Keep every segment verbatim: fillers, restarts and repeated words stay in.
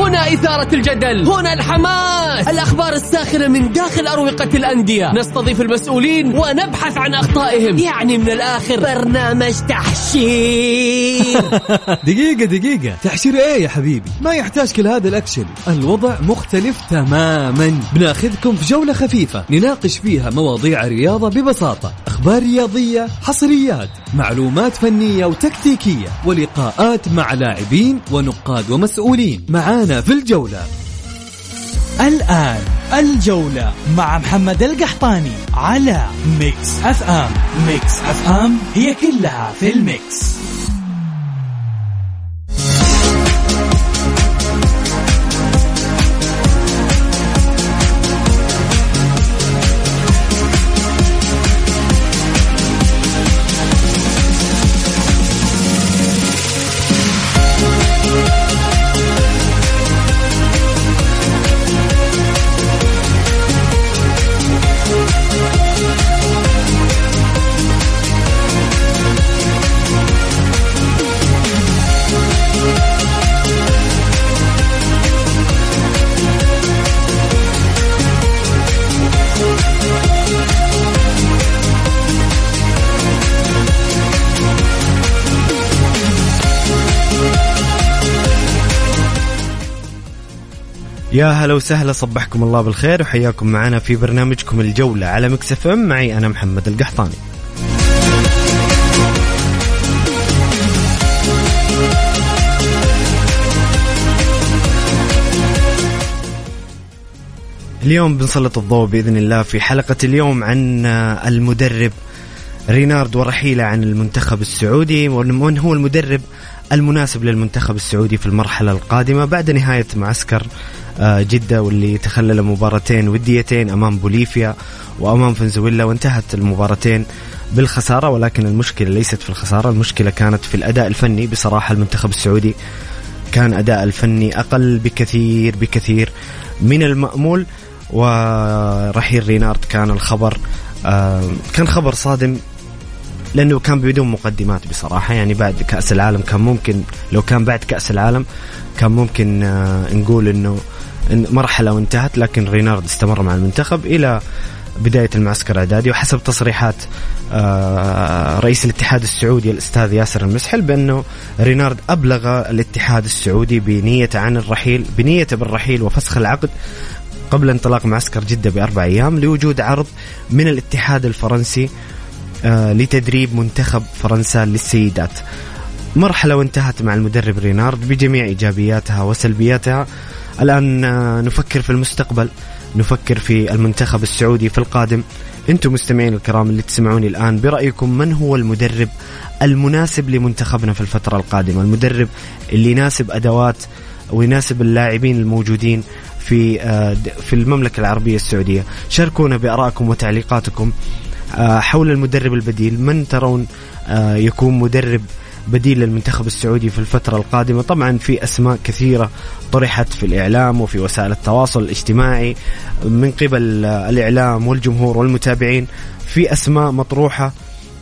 هنا إثارة الجدل، هنا الحماس، الأخبار الساخنة من داخل أروقة الأندية، نستضيف المسؤولين ونبحث عن أخطائهم. يعني من الآخر برنامج تحشير. دقيقة دقيقة، تحشير ايه يا حبيبي؟ ما يحتاج كل هذا الأكشن. الوضع مختلف تماما. بناخذكم في جولة خفيفة نناقش فيها مواضيع الرياضة ببساطة، أخبار رياضية، حصريات، معلومات فنية وتكتيكية، ولقاءات مع لاعبين ونقاد ومسؤولين. معانا في الجولة. الآن الجولة مع محمد القحطاني على ميكس اف ام. ميكس اف ام هي كلها في الميكس. يا هلا وسهلا، صبحكم الله بالخير وحياكم معنا في برنامجكم الجولة على ميكس اف ام. معي أنا محمد القحطاني. اليوم بنسلط الضوء بإذن الله في حلقة اليوم عن المدرب رينارد ورحيله عن المنتخب السعودي، ومن هو المدرب المناسب للمنتخب السعودي في المرحلة القادمة بعد نهاية معسكر جدة، واللي تخلل مباراتين وديتين أمام بوليفيا وأمام فنزويلا، وانتهت المباراتين بالخسارة. ولكن المشكلة ليست في الخسارة، المشكلة كانت في الأداء الفني. بصراحة المنتخب السعودي كان أداء الفني أقل بكثير بكثير من المأمول، ورحيل رينارد كان الخبر كان خبر صادم، لأنه كان بدون مقدمات بصراحة. يعني بعد كأس العالم كان ممكن، لو كان بعد كأس العالم كان ممكن نقول إنه مرحلة وانتهت، لكن رينارد استمر مع المنتخب إلى بداية المعسكر الإعدادي. وحسب تصريحات رئيس الاتحاد السعودي الأستاذ ياسر المسحل بأنه رينارد أبلغ الاتحاد السعودي بنيته عن الرحيل بنيته بالرحيل وفسخ العقد قبل انطلاق معسكر جدة بأربع أيام، لوجود عرض من الاتحاد الفرنسي لتدريب منتخب فرنسا للسيدات. مرحلة وانتهت مع المدرب رينارد بجميع إيجابياتها وسلبياتها. الآن نفكر في المستقبل، نفكر في المنتخب السعودي في القادم. أنتم مستمعين الكرام اللي تسمعوني الآن، برأيكم من هو المدرب المناسب لمنتخبنا في الفترة القادمة؟ المدرب اللي يناسب أدوات ويناسب اللاعبين الموجودين في في المملكة العربية السعودية. شاركونا بآرائكم وتعليقاتكم حول المدرب البديل. من ترون يكون مدرب بديل للمنتخب السعودي في الفترة القادمة؟ طبعا في أسماء كثيرة طرحت في الإعلام وفي وسائل التواصل الاجتماعي من قبل الإعلام والجمهور والمتابعين. في أسماء مطروحة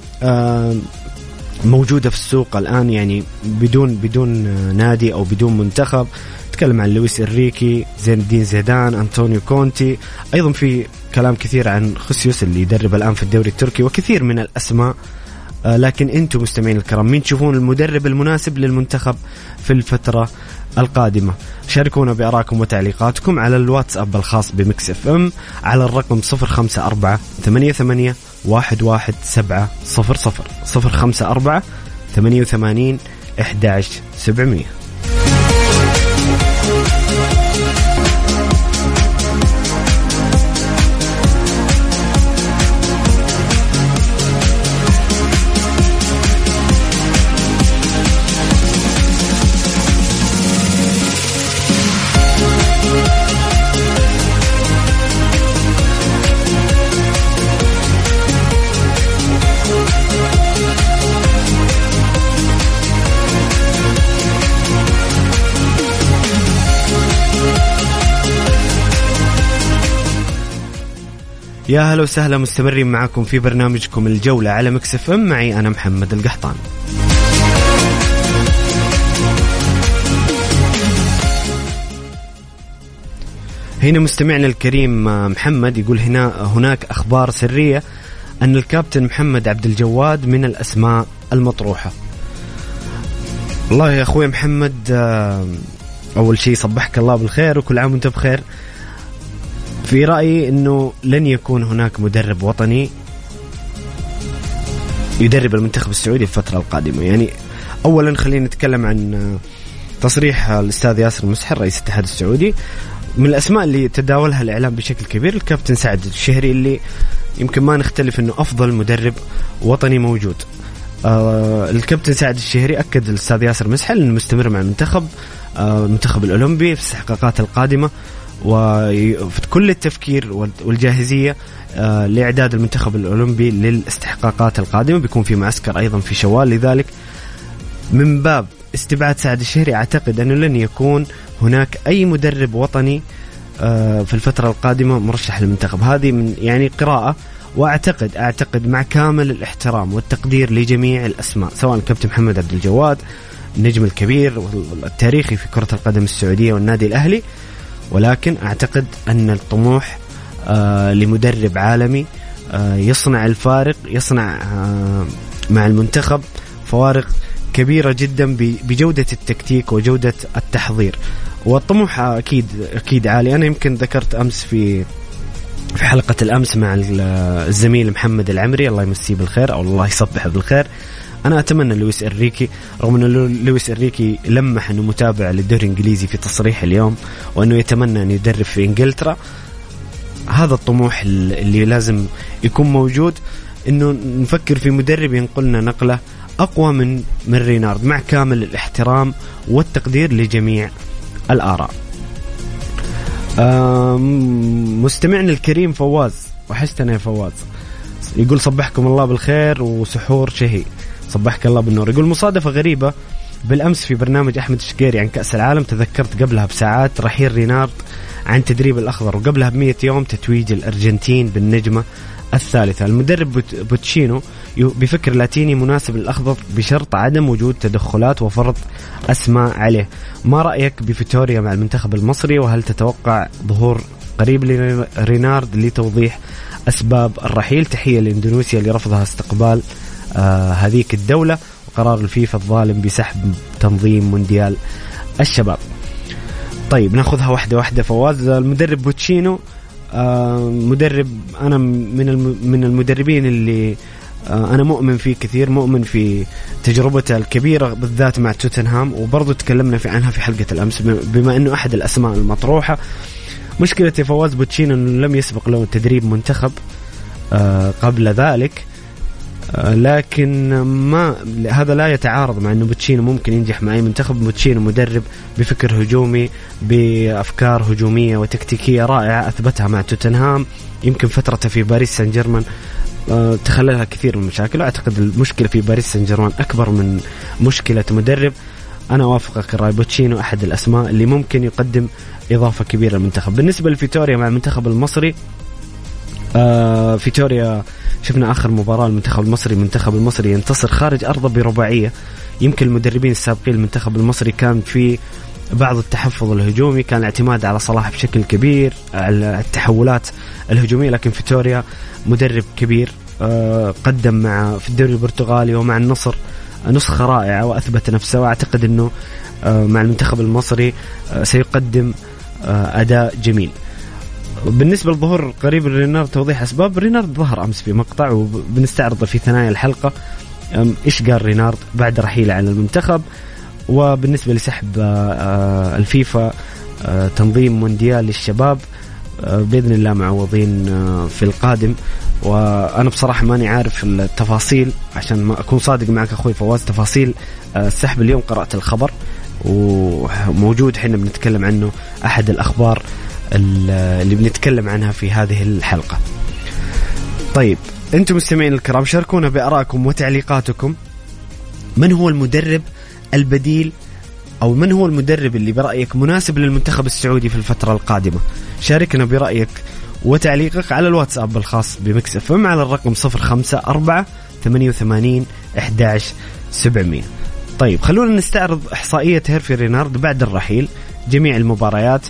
موجودة في السوق الآن، يعني بدون بدون نادي أو بدون منتخب. تكلم عن لويس إنريكي، زين الدين زيدان، أنطونيو كونتي، أيضا في كلام كثير عن خسيوس اللي يدرب الآن في الدوري التركي، وكثير من الأسماء. لكن أنتم مستمعين الكرام، مين تشوفون المدرب المناسب للمنتخب في الفترة القادمة؟ شاركونا بآرائكم وتعليقاتكم على الواتساب الخاص بميكس اف ام على الرقم صفر خمسة أربعة ثمانية ثمانية واحد واحد سبعة صفر صفر صفر خمسة أربعة ثمانية ثمانين أحد عشر سبعمية. يا هلا وسهلا، مستمرين معكم في برنامجكم الجولة على ميكس اف ام. معي أنا محمد القحطاني. هنا مستمعنا الكريم محمد يقول هنا هناك أخبار سرية أن الكابتن محمد عبد الجواد من الأسماء المطروحة. الله يا أخوي محمد، أول شيء صبحك الله بالخير وكل عام وانت بخير. في رأيي أنه لن يكون هناك مدرب وطني يدرب المنتخب السعودي في الفترة القادمة. يعني أولا خلينا نتكلم عن تصريح الأستاذ ياسر مسحر رئيس الاتحاد السعودي. من الأسماء اللي تداولها الإعلام بشكل كبير الكابتن سعد الشهري، اللي يمكن ما نختلف أنه أفضل مدرب وطني موجود. آه الكابتن سعد الشهري أكد الأستاذ ياسر مسحر أنه مستمر مع المنتخب آه المنتخب الأولمبي في الاستحقاقات القادمة، وفي كل التفكير والجاهزية آه لإعداد المنتخب الأولمبي للاستحقاقات القادمة. بيكون في معسكر أيضا في شوال، لذلك من باب استبعاد سعد الشهري أعتقد أنه لن يكون هناك أي مدرب وطني آه في الفترة القادمة مرشح للمنتخب. هذه من يعني قراءة، وأعتقد أعتقد مع كامل الاحترام والتقدير لجميع الأسماء، سواء الكابتن محمد عبد الجواد النجم الكبير والتاريخي في كرة القدم السعودية والنادي الأهلي، ولكن أعتقد أن الطموح آه لمدرب عالمي آه يصنع الفارق، يصنع آه مع المنتخب فوارق كبيرة جدا بجودة التكتيك وجودة التحضير، والطموح أكيد أكيد عالي. أنا يمكن ذكرت أمس في في حلقة الأمس مع الزميل محمد العمري الله يمسيه بالخير أو الله يصبح بالخير، أنا أتمنى لويس إنريكي، رغم أن لويس إنريكي لمح أنه متابع للدوري الإنجليزي في تصريح اليوم وأنه يتمنى أن يدرب في إنجلترا. هذا الطموح اللي لازم يكون موجود، أنه نفكر في مدرب ينقلنا نقلة أقوى من من رينارد، مع كامل الاحترام والتقدير لجميع الآراء. مستمعنا الكريم فواز، وحشتنا يا فواز، يقول صبحكم الله بالخير وسحور شهي. صبحك الله بالنور. يقول مصادفة غريبة بالأمس في برنامج أحمد الشقيري عن كأس العالم تذكرت قبلها بساعات رحيل رينارد عن تدريب الأخضر، وقبلها بمية يوم تتويج الأرجنتين بالنجمة الثالثة. المدرب بوتشينو بفكر لاتيني مناسب للأخضر بشرط عدم وجود تدخلات وفرض أسماء عليه. ما رأيك بفيتوريا مع المنتخب المصري، وهل تتوقع ظهور قريب لرينارد لتوضيح أسباب الرحيل؟ تحية لإندونيسيا لرفضها استقبال آه هذيك الدولة، وقرار الفيفا الظالم بسحب تنظيم مونديال الشباب. طيب ناخذها واحدة واحدة. فواز، المدرب بوتشينو آه مدرب أنا من من المدربين اللي آه أنا مؤمن فيه كثير، مؤمن في تجربته الكبيرة بالذات مع توتنهام، وبرضو تكلمنا في عنها في حلقة الأمس بما أنه أحد الأسماء المطروحة. مشكلة فواز بوتشينو أنه لم يسبق له تدريب منتخب آه قبل ذلك، آه لكن ما هذا لا يتعارض مع أنه بوتشينو ممكن ينجح مع أي منتخب. بوتشينو مدرب بفكر هجومي بأفكار هجومية وتكتيكية رائعة أثبتها مع توتنهام، يمكن فترته في باريس سان جيرمان آه تخللها كثير من المشاكل. أعتقد المشكلة في باريس سان جيرمان أكبر من مشكلة مدرب. أنا وافقك الرأي، بوتشينو أحد الأسماء اللي ممكن يقدم إضافة كبيرة للمنتخب. بالنسبة لفيتوريا مع المنتخب المصري، آه فيتوريا شفنا آخر مباراة المنتخب المصري المنتخب المصري ينتصر خارج أرضه برباعية. يمكن المدربين السابقين المنتخب المصري كان في بعض التحفظ الهجومي، كان الاعتماد على صلاح بشكل كبير على التحولات الهجومية، لكن فيتوريا مدرب كبير آه قدم مع في الدوري البرتغالي ومع النصر نسخة رائعة وأثبت نفسه، وأعتقد أنه مع المنتخب المصري سيقدم أداء جميل. بالنسبة للظهور قريب رينارد، توضيح أسباب. رينارد ظهر أمس في مقطع وبنستعرضه في ثنايا الحلقة، إيش قال رينارد بعد رحيله عن المنتخب، وبالنسبة لسحب الفيفا تنظيم مونديال للشباب بإذن الله معوضين في القادم. وأنا بصراحة ماني عارف التفاصيل عشان ما أكون صادق معك أخوي فواز، تفاصيل السحب اليوم قرأت الخبر وموجود حين بنتكلم عنه أحد الأخبار اللي بنتكلم عنها في هذه الحلقة. طيب أنتم مستمعين الكرام شاركونا بآرائكم وتعليقاتكم. من هو المدرب البديل أو من هو المدرب اللي برأيك مناسب للمنتخب السعودي في الفترة القادمة؟ شاركنا برأيك وتعليقك على الواتساب الخاص بمكس اف ام على الرقم صفر خمسة أربعة ثمانية وثمانين أحد عشر سبعمية. طيب خلونا نستعرض إحصائية هيرفي رينارد بعد الرحيل، جميع المباريات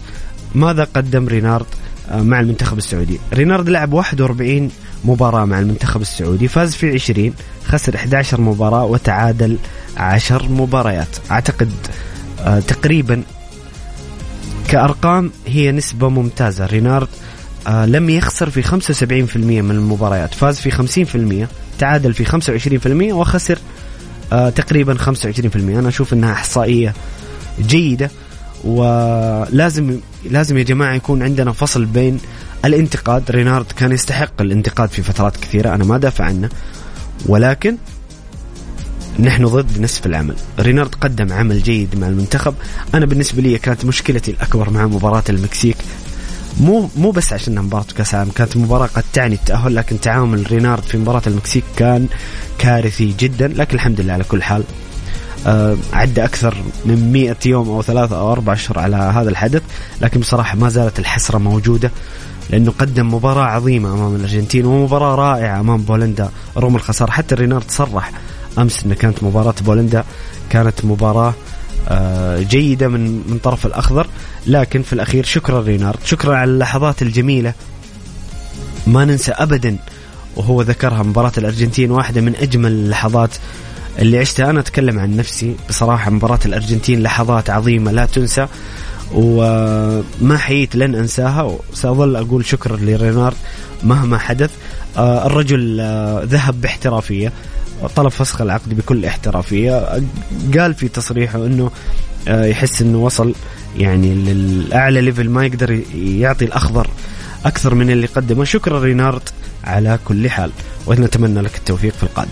ماذا قدم رينارد مع المنتخب السعودي؟ رينارد لعب واحد وأربعين مباراة مع المنتخب السعودي، فاز في عشرين، خسر إحدى عشرة مباراة، وتعادل عشر مباريات. أعتقد آه تقريبا كأرقام هي نسبة ممتازة. رينارد آه لم يخسر في خمسة وسبعين بالمئة من المباريات، فاز في خمسين بالمئة، تعادل في خمسة وعشرين بالمئة، وخسر آه تقريبا خمسة وعشرين بالمئة. أنا أشوف أنها إحصائية جيدة، ولازم لازم يا جماعة يكون عندنا فصل بين الانتقاد. رينارد كان يستحق الانتقاد في فترات كثيرة، أنا ما دافع عنه، ولكن نحن ضد نصف العمل. رينارد قدم عمل جيد مع المنتخب. أنا بالنسبة لي كانت مشكلتي الأكبر مع مباراة المكسيك، مو مو بس عشان مباراة كأس العالم، كانت مباراة قد تعني التأهل، لكن تعامل رينارد في مباراة المكسيك كان كارثي جدا. لكن الحمد لله على كل حال، أه عدى أكثر من مئة يوم أو ثلاثة أو أربعة أشهر على هذا الحدث، لكن بصراحة ما زالت الحسرة موجودة، لأنه قدم مباراة عظيمة أمام الأرجنتين ومباراة رائعة أمام بولندا رغم الخسارة. حتى رينارد صرح أمس أن كانت مباراة بولندا كانت مباراة أه جيدة من من طرف الأخضر. لكن في الأخير شكرا رينارد، شكرا على اللحظات الجميلة، ما ننسى أبدا وهو ذكرها مباراة الأرجنتين واحدة من أجمل اللحظات اللي عشتها. أنا أتكلم عن نفسي بصراحة، مباراة الأرجنتين لحظات عظيمة لا تنسى، وما حييت لن أنساها، وسأظل أقول شكرا لرينارد مهما حدث. آه الرجل آه ذهب باحترافية، طلب فسخ العقد بكل احترافية، قال في تصريحه أنه آه يحس أنه وصل يعني للأعلى ليفل، ما يقدر يعطي الأخضر أكثر من اللي قدمه. شكرا رينارد على كل حال، ونتمنى لك التوفيق في القادم.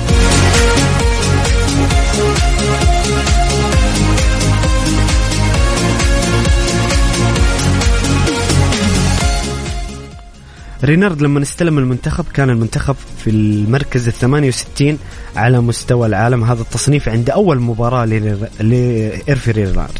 رينارد لما استلم المنتخب كان المنتخب في المركز الثمانية وستين على مستوى العالم، هذا التصنيف عند أول مباراة لإيرفي رينارد.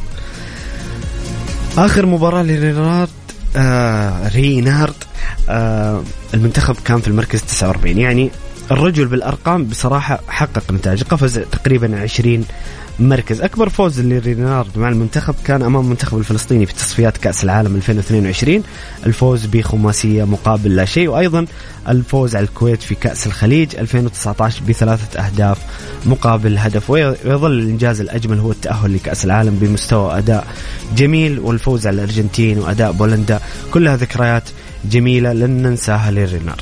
آخر مباراة لرينارد آه رينارد آه المنتخب كان في المركز تسعة وأربعين. يعني الرجل بالأرقام بصراحة حقق نتائج، قفز تقريبا عشرين مركز. أكبر فوز لرينارد مع المنتخب كان أمام المنتخب الفلسطيني في تصفيات كأس العالم ألفين واثنين وعشرين، الفوز بخماسية مقابل لا شيء، وأيضا الفوز على الكويت في كأس الخليج ألفين وتسعة عشر بثلاثة أهداف مقابل هدف. ويظل الإنجاز الأجمل هو التأهل لكأس العالم بمستوى أداء جميل، والفوز على الأرجنتين وأداء بولندا كلها ذكريات جميلة لن ننساها لرينارد.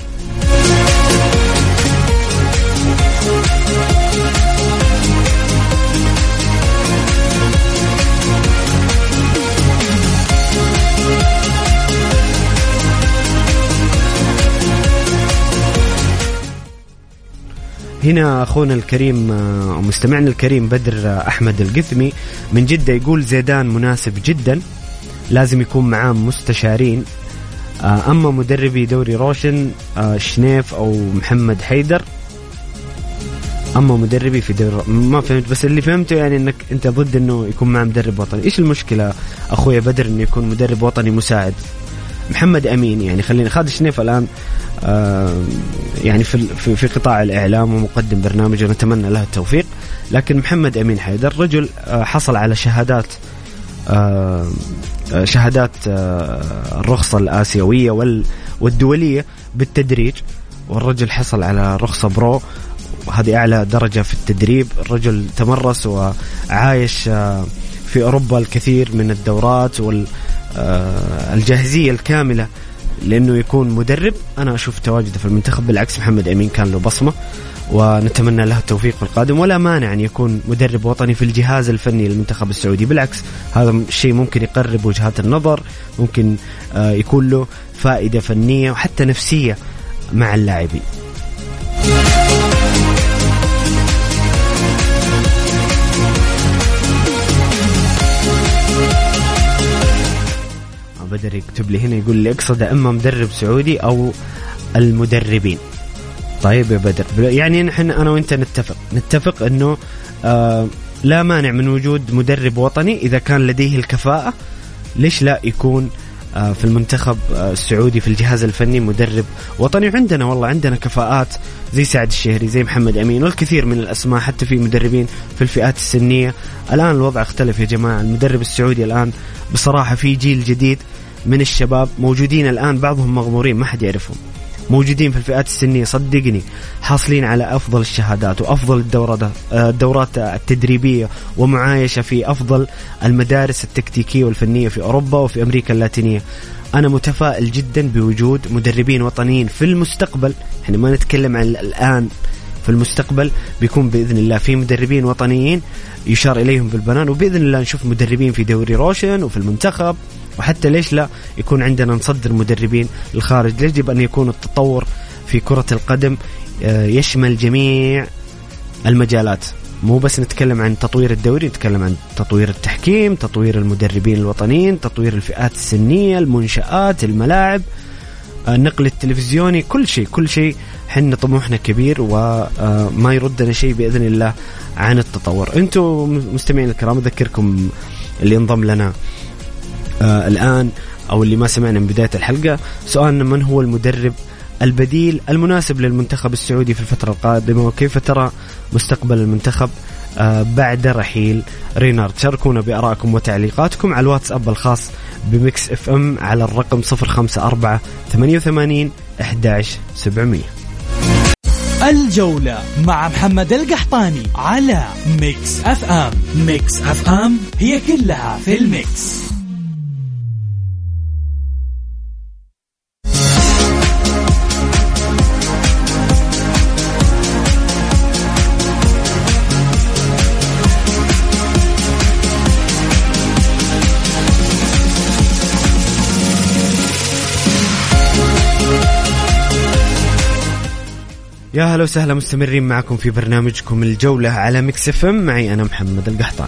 هنا أخونا الكريم ومستمعنا الكريم بدر أحمد القثمي من جدة يقول زيدان مناسب جدا، لازم يكون معاه مستشارين، أما مدربي دوري روشن شنيف أو محمد حيدر، أما مدربي في دوري ما فهمت، بس اللي فهمته يعني أنك أنت ضد أنه يكون معاه مدرب وطني. إيش المشكلة أخويا بدر أنه يكون مدرب وطني مساعد؟ محمد أمين يعني خلينا خالد شنيف الآن آه يعني في, في في قطاع الإعلام ومقدم برنامج ونتمنى له التوفيق، لكن محمد أمين حيدر رجل آه حصل على شهادات آه شهادات آه الرخصة الآسيوية والدولية بالتدريج، والرجل حصل على رخصة برو، وهذه أعلى درجة في التدريب. الرجل تمرس وعايش آه في أوروبا الكثير من الدورات وال الجاهزية الكاملة لأنه يكون مدرب. أنا أشوف تواجده في المنتخب بالعكس محمد أمين كان له بصمة، ونتمنى له التوفيق في القادم، ولا مانع أن يكون مدرب وطني في الجهاز الفني للمنتخب السعودي. بالعكس هذا الشيء ممكن يقرب وجهات النظر، ممكن يكون له فائدة فنية وحتى نفسية مع اللاعبين. بدر يكتب لي هنا يقول لي اقصد اما مدرب سعودي او المدربين. طيب يا بدر، يعني نحن انا وانت نتفق نتفق انه آه لا مانع من وجود مدرب وطني اذا كان لديه الكفاءة. ليش لا يكون آه في المنتخب آه السعودي في الجهاز الفني مدرب وطني؟ عندنا والله عندنا كفاءات زي سعد الشهري زي محمد أمين والكثير من الأسماء، حتى في مدربين في الفئات السنية. الآن الوضع اختلف يا جماعة، المدرب السعودي الآن بصراحة في جيل جديد من الشباب موجودين الآن، بعضهم مغمورين ما حد يعرفهم، موجودين في الفئات السنية صدقني، حاصلين على أفضل الشهادات وأفضل الدورات الدورات التدريبية ومعايشة في أفضل المدارس التكتيكية والفنية في أوروبا وفي أمريكا اللاتينية. أنا متفائل جدا بوجود مدربين وطنيين في المستقبل، يعني ما نتكلم عن الآن، في المستقبل بيكون بإذن الله في مدربين وطنيين يشار إليهم بالبنان، وبإذن الله نشوف مدربين في دوري روشن وفي المنتخب، وحتى ليش لا يكون عندنا نصدر مدربين للخارج. يجب أن يكون التطور في كرة القدم يشمل جميع المجالات، مو بس نتكلم عن تطوير الدوري، نتكلم عن تطوير التحكيم، تطوير المدربين الوطنيين، تطوير الفئات السنية، المنشآت، الملاعب، النقل التلفزيوني، كل شيء كل شيء. حنا طموحنا كبير وما يردنا شيء بإذن الله عن التطور. أنتم مستمعين الكرام، أذكركم اللي انضم لنا آه الآن أو اللي ما سمعنا من بداية الحلقة، سؤالنا من هو المدرب البديل المناسب للمنتخب السعودي في الفترة القادمة، وكيف ترى مستقبل المنتخب آه بعد رحيل رينارد؟ شاركونا بآرائكم وتعليقاتكم على الواتساب الخاص بميكس اف ام على الرقم صفر خمسة أربعة ثمانية ثمانين أحد عشر سبعمية. الجولة مع محمد القحطاني على ميكس اف ام. ميكس اف ام هي كلها في الميكس. يا هلا وسهلا، مستمرين معكم في برنامجكم الجولة على ميكس اف ام، معي أنا محمد القحطاني.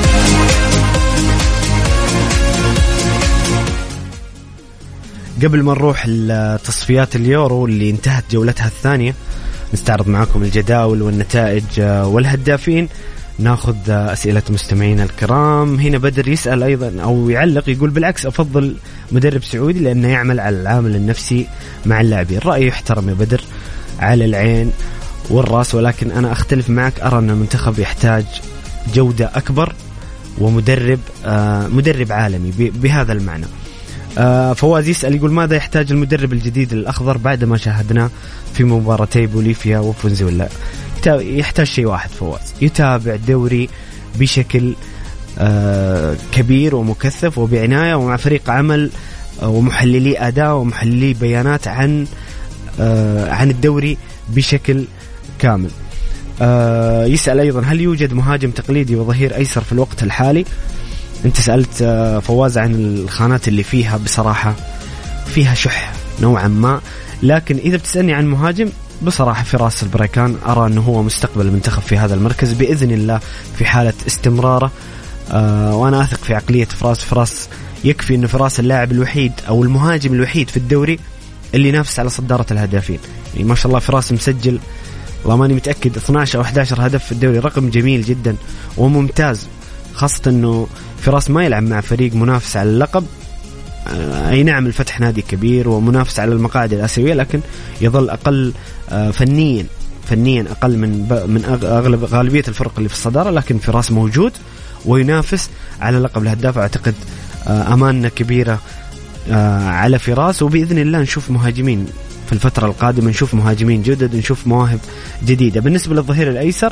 قبل ما نروح لتصفيات اليورو اللي انتهت جولتها الثانية، نستعرض معكم الجداول والنتائج والهدافين، ناخذ أسئلة مستمعين الكرام. هنا بدر يسأل أيضا أو يعلق، يقول بالعكس أفضل مدرب سعودي لأنه يعمل على العامل النفسي مع اللاعبين. رأيي يحترم يا بدر، على العين والرأس، ولكن أنا أختلف معك، أرى أن المنتخب يحتاج جودة أكبر ومدرب آه مدرب عالمي بهذا المعنى. آه فواز يسأل يقول ماذا يحتاج المدرب الجديد الأخضر بعد ما شاهدناه في مباراتي بوليفيا وفنزويلا؟ يحتاج شيء واحد فواز، يتابع دوري بشكل آه كبير ومكثف وبعناية ومع فريق عمل آه ومحللي أداء ومحللي بيانات عن آه عن الدوري بشكل كامل. آه يسأل أيضا هل يوجد مهاجم تقليدي وظهير أيسر في الوقت الحالي؟ أنت سألت آه فواز عن الخانات اللي فيها، بصراحة فيها شح نوعا ما، لكن إذا بتسألني عن مهاجم بصراحة فراس البريكان أرى أنه هو مستقبل المنتخب في هذا المركز بإذن الله في حالة استمراره. آه وأنا أثق في عقلية فراس. فراس يكفي أنه فراس اللاعب الوحيد أو المهاجم الوحيد في الدوري اللي ينافس على صدارة الهدافين، يعني ما شاء الله فراس مسجل، والله ماني متأكد اثنا عشر أو أحد عشر هدف في الدوري، رقم جميل جدا وممتاز، خاصة أنه فراس ما يلعب مع فريق منافس على اللقب. أي نعم الفتح نادي كبير ومنافس على المقاعد الآسيوية، لكن يظل أقل فنيا فنيا أقل من من أغلب غالبية الفرق اللي في الصدارة، لكن فراس موجود وينافس على لقب الهداف. أعتقد أمانة كبيرة على فراس، وبإذن الله نشوف مهاجمين في الفترة القادمة، نشوف مهاجمين جدد، نشوف مواهب جديدة. بالنسبة للظهير الأيسر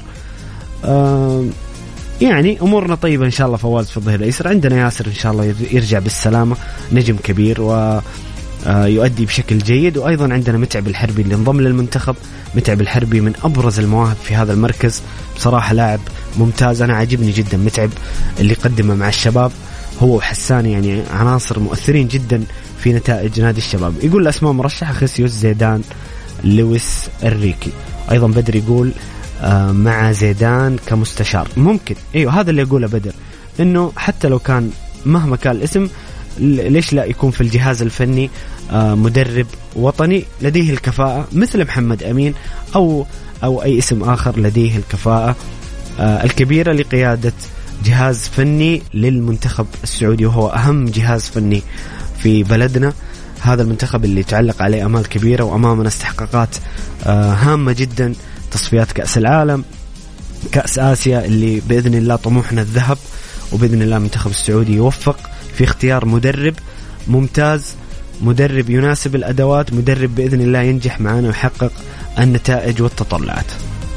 يعني أمورنا طيبة إن شاء الله. فواز في الظهير الأيسر عندنا ياسر إن شاء الله يرجع بالسلامة، نجم كبير ويؤدي بشكل جيد، وأيضا عندنا متعب الحربي اللي انضم للمنتخب. متعب الحربي من أبرز المواهب في هذا المركز، بصراحة لاعب ممتاز، أنا عجبني جدا متعب اللي قدمه مع الشباب، هو وحساني يعني عناصر مؤثرين جدا في نتائج نادي الشباب. يقول الأسماء مرشحة خيسيوس، زيدان، لويس إنريكي. أيضا بدر يقول آه مع زيدان كمستشار ممكن، ايوه هذا اللي يقوله بدر، انه حتى لو كان مهما كان الاسم ليش لا يكون في الجهاز الفني آه مدرب وطني لديه الكفاءة مثل محمد أمين او او اي اسم اخر لديه الكفاءة آه الكبيرة لقيادة جهاز فني للمنتخب السعودي، وهو اهم جهاز فني في بلدنا. هذا المنتخب اللي تعلق عليه امال كبيرة وامامنا استحقاقات آه هامة جدا، تصفيات كأس العالم، كأس آسيا اللي بإذن الله طموحنا الذهب، وبإذن الله المنتخب السعودي يوفق في اختيار مدرب ممتاز، مدرب يناسب الأدوات، مدرب بإذن الله ينجح معنا ويحقق النتائج والتطلعات.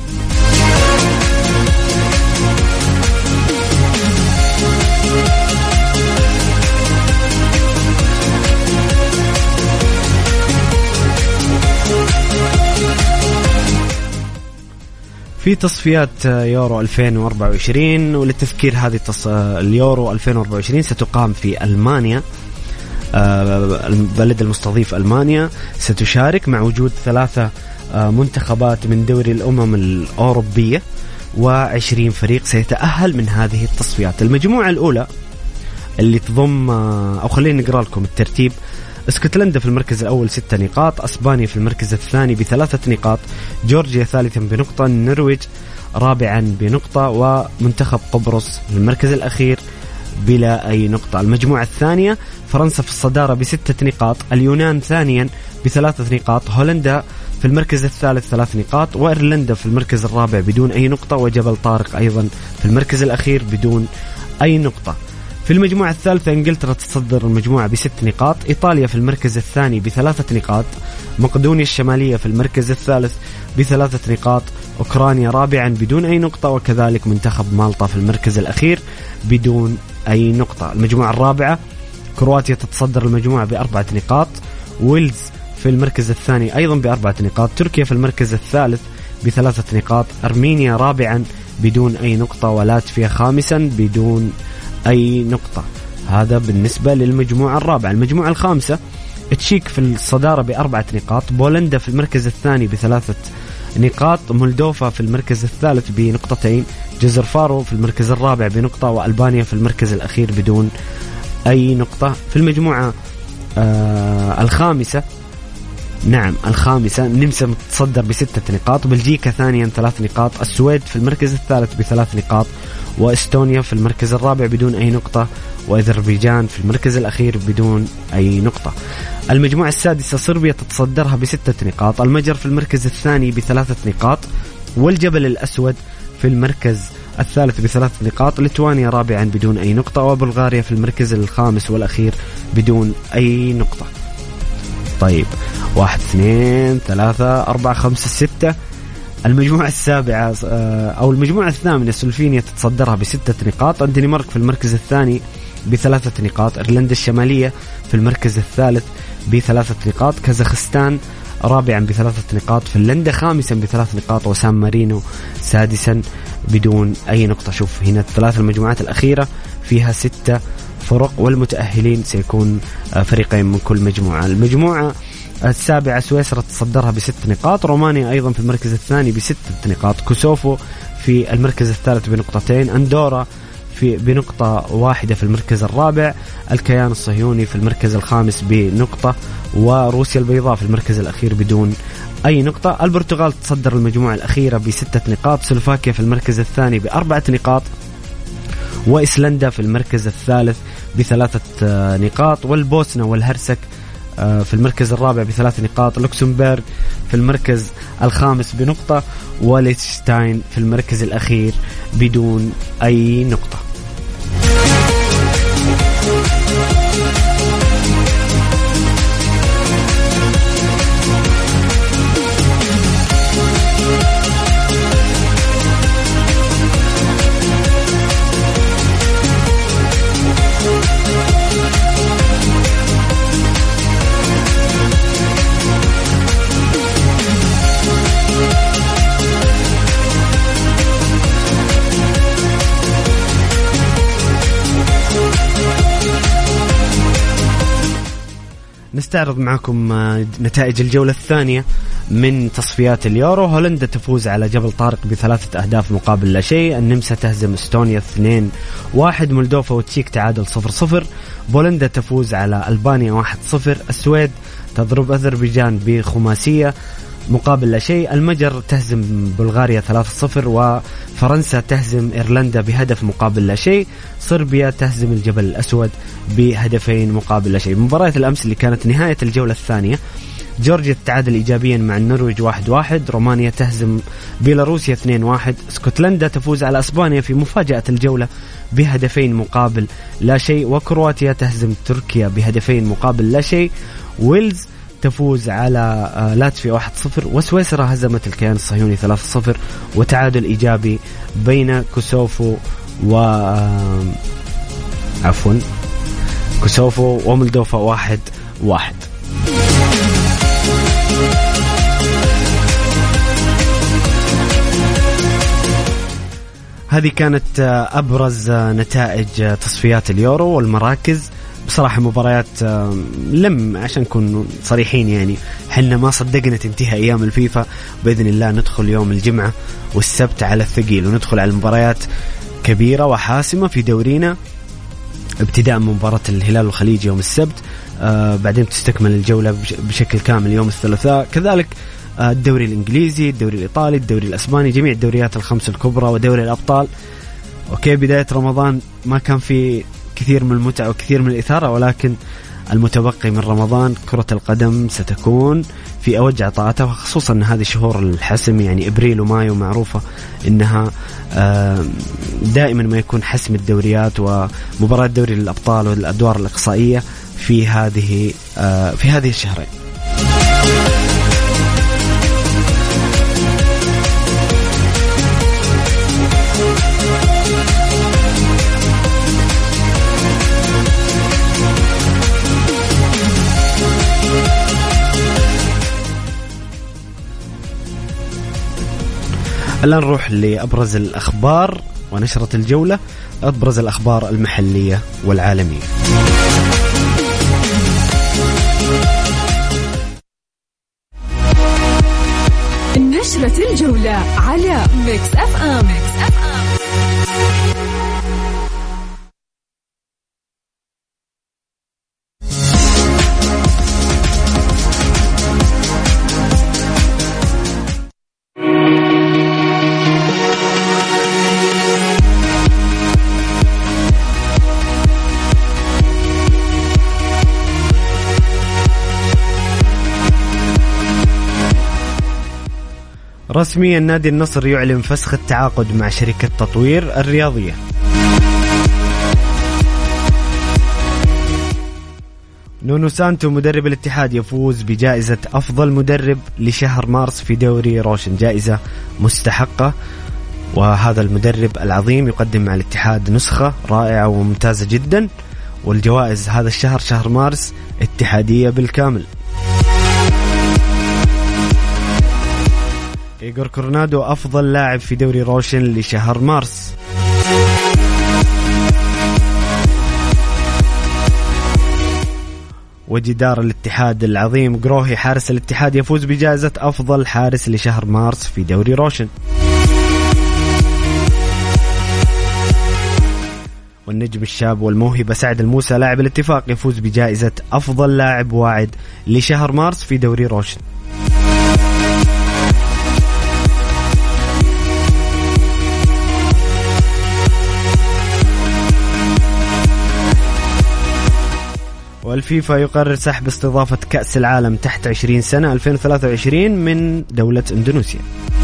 في تصفيات يورو ألفين وأربعة وعشرين، وللتذكير هذه التص... اليورو ألفين وأربعة وعشرين ستقام في ألمانيا، البلد المستضيف ألمانيا ستشارك مع وجود ثلاثة منتخبات من دوري الأمم الأوروبية وعشرين فريق سيتأهل من هذه التصفيات. المجموعة الأولى اللي تضم، أو خلينا نقرأ لكم الترتيب: اسكتلندا في المركز الأول ستة نقاط، أسبانيا في المركز الثاني بثلاثة نقاط، جورجيا ثالثا بنقطة، النرويج رابعا بنقطة، ومنتخب قبرص في المركز الأخير بلا أي نقطة. المجموعة الثانية: فرنسا في الصدارة بستة نقاط، اليونان ثانيا بثلاثة نقاط، هولندا في المركز الثالث ثلاث نقاط، وإيرلندا في المركز الرابع بدون أي نقطة، وجبل طارق أيضا في المركز الأخير بدون أي نقطة. في المجموعة الثالثة إنجلترا تتصدر المجموعة بست نقاط، إيطاليا في المركز الثاني بثلاثة نقاط، مقدونيا الشمالية في المركز الثالث بثلاثة نقاط، أوكرانيا رابعا بدون أي نقطة، وكذلك منتخب مالطا في المركز الأخير بدون أي نقطة. المجموعة الرابعة كرواتيا تتصدر المجموعة بأربعة نقاط، ويلز في المركز الثاني أيضا بأربعة نقاط، تركيا في المركز الثالث بثلاثة نقاط، أرمينيا رابعا بدون أي نقطة، ولاتفيا خامسا بدون أي نقطة. هذا بالنسبة للمجموعة الرابعة. المجموعة الخامسة: تشيك في الصدارة بأربعة نقاط، بولندا في المركز الثاني بثلاثة نقاط، مولدوفا في المركز الثالث بنقطتين، جزر فارو في المركز الرابع بنقطة، وألبانيا في المركز الأخير بدون أي نقطة. في المجموعة آه الخامسة نعم الخامسة النمسا متصدر بستة نقاط، بلجيكا ثانيا ثلاث نقاط، السويد في المركز الثالث بثلاث نقاط، وإستونيا في المركز الرابع بدون أي نقطة، وأذربيجان في المركز الأخير بدون أي نقطة. المجموعة السادسة صربيا تتصدرها بستة نقاط، المجر في المركز الثاني بثلاثة نقاط، والجبل الأسود في المركز الثالث بثلاث نقاط، ليتوانيا رابعا بدون أي نقطة، وبلغاريا في المركز الخامس والأخير بدون أي نقطة. طيب واحد اثنين ثلاثة أربعة خمسة ستة. المجموعة السابعة أو المجموعة الثامنة سلوفينيا تتصدرها بستة نقاط، الدنمارك في المركز الثاني بثلاثة نقاط، إيرلندا الشمالية في المركز الثالث بثلاثة نقاط، كازاخستان رابعا بثلاثة نقاط، فنلندا خامسا بثلاث نقاط، وسان مارينو سادسا بدون أي نقطة. شوف هنا الثلاث المجموعات الأخيرة فيها ستة فرق، والمتأهلين سيكون فريقين من كل مجموعة. المجموعة السابعة سويسرا تصدرها بست نقاط، رومانيا أيضا في المركز الثاني بستة نقاط، كوسوفو في المركز الثالث بنقطتين، أندورا في بنقطة واحدة في المركز الرابع، الكيان الصهيوني في المركز الخامس بنقطة، وروسيا البيضاء في المركز الأخير بدون أي نقطة. البرتغال تصدر المجموعة الأخيرة بستة نقاط، سلوفاكيا في المركز الثاني بأربعة نقاط، وإيسلندا في المركز الثالث بثلاثة نقاط، والبوسنة والهرسك في المركز الرابع بثلاث نقاط، لوكسمبورغ في المركز الخامس بنقطة، وليتشتاين في المركز الأخير بدون أي نقطة. نستعرض معكم نتائج الجولة الثانية من تصفيات اليورو. هولندا تفوز على جبل طارق بثلاثة أهداف مقابل لا شيء، النمسا تهزم استونيا اثنين واحد، مولدوفا وتشيك تعادل صفر صفر، بولندا تفوز على ألبانيا واحد صفر، السويد تضرب أذربيجان بخماسية مقابل لا شيء، المجر تهزم بلغاريا ثلاثة صفر، وفرنسا تهزم إيرلندا بهدف مقابل لا شيء، صربيا تهزم الجبل الأسود بهدفين مقابل لا شيء. مباراة الأمس اللي كانت نهاية الجولة الثانية جورجيا تتعادل إيجابيا مع النرويج واحد واحد، رومانيا تهزم بيلاروسيا اثنين واحد، اسكتلندا تفوز على اسبانيا في مفاجأة الجولة بهدفين مقابل لا شيء، وكرواتيا تهزم تركيا بهدفين مقابل لا شيء، ويلز تفوز على لاتفيا واحد صفر، وسويسرا هزمت الكيان الصهيوني ثلاثة صفر، وتعادل إيجابي بين كوسوفو و عفوا كوسوفو ومولدوفا واحد واحد. هذه كانت أبرز نتائج تصفيات اليورو والمراكز. بصراحة مباريات لم عشان نكون صريحين يعني حنا ما صدقنا تنتهي أيام الفيفا. بإذن الله ندخل يوم الجمعة والسبت على الثقيل وندخل على مباريات كبيرة وحاسمة في دورينا، ابتداء من مباراة الهلال والخليج يوم السبت، آه بعدين تستكمل الجولة بشكل كامل يوم الثلاثاء، كذلك آه الدوري الإنجليزي، الدوري الإيطالي، الدوري الأسباني، جميع الدوريات الخمس الكبرى ودوري الأبطال. أوكي، بداية رمضان ما كان في كثير من المتعة وكثير من الإثارة، ولكن المتبقي من رمضان كرة القدم ستكون في أوج عطاءاتها، خصوصا أن هذه شهور الحسم يعني إبريل ومايو معروفة أنها دائما ما يكون حسم الدوريات ومباراة دوري الأبطال والأدوار الإقصائية في هذه في هذه الشهرين. الآن نروح لأبرز الأخبار ونشرة الجولة، أبرز الأخبار المحلية والعالمية. نشرة الجولة على ميكس أف أم. ميكس أف أم. رسميا نادي النصر يعلن فسخ التعاقد مع شركة تطوير الرياضية. نونو سانتو مدرب الاتحاد يفوز بجائزة أفضل مدرب لشهر مارس في دوري روشن، جائزة مستحقة، وهذا المدرب العظيم يقدم مع الاتحاد نسخة رائعة وممتازة جدا، والجوائز هذا الشهر شهر مارس اتحادية بالكامل. إيغور كورنادو أفضل لاعب في دوري روشن لشهر مارس. وجدار الاتحاد العظيم جروهي حارس الاتحاد يفوز بجائزة أفضل حارس لشهر مارس في دوري روشن. والنجم الشاب والموهبة سعد الموسى لاعب الاتفاق يفوز بجائزة أفضل لاعب واعد لشهر مارس في دوري روشن. والفيفا يقرر سحب استضافة كأس العالم تحت عشرين سنة ألفين وثلاثة وعشرين من دولة إندونيسيا.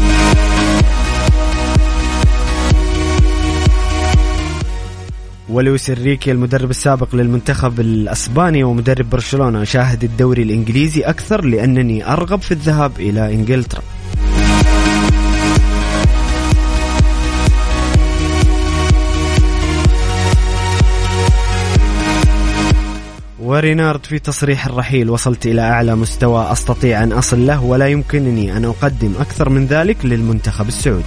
ولويس إنريكي المدرب السابق للمنتخب الأسباني ومدرب برشلونة: شاهد الدوري الإنجليزي أكثر لأنني أرغب في الذهاب إلى إنجلترا. ورينارد في تصريح الرحيل: وصلت إلى أعلى مستوى أستطيع أن أصل له ولا يمكنني أن أقدم أكثر من ذلك للمنتخب السعودي.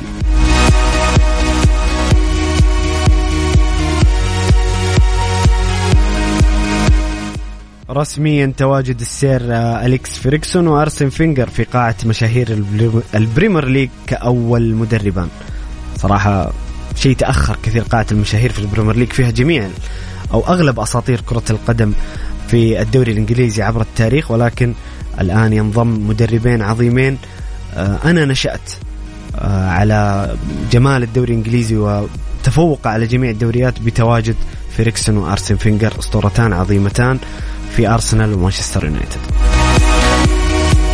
رسميا تواجد السير أليكس فيرغسون وأرسن فينجر في قاعة مشاهير البريمير ليج كأول مدربان. صراحة شيء تأخر كثير، قاعة المشاهير في البريمير ليج فيها جميع أو أغلب أساطير كرة القدم في الدوري الإنجليزي عبر التاريخ، ولكن الآن ينضم مدربين عظيمين. أنا نشأت على جمال الدوري الإنجليزي وتفوق على جميع الدوريات بتواجد فيرغسون وأرسن فينجر، أسطورتان عظيمتان في أرسنال ومانشستر يونايتد.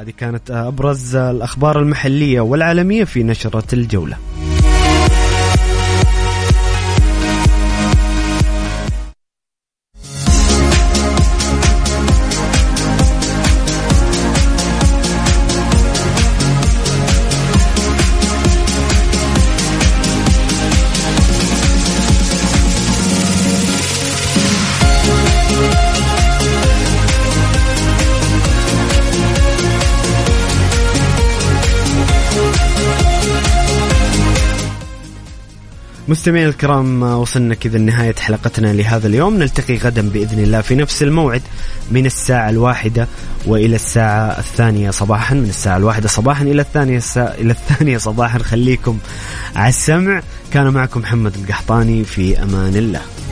هذه كانت أبرز الأخبار المحلية والعالمية في نشرة الجولة. مستمعين الكرام، وصلنا كذا لنهاية حلقتنا لهذا اليوم. نلتقي غدا بإذن الله في نفس الموعد من الساعة الواحدة وإلى الساعة الثانية صباحا، من الساعة الواحدة صباحا إلى الثانية إلى الثانية صباحا. خليكم على السمع. كان معكم محمد القحطاني، في أمان الله.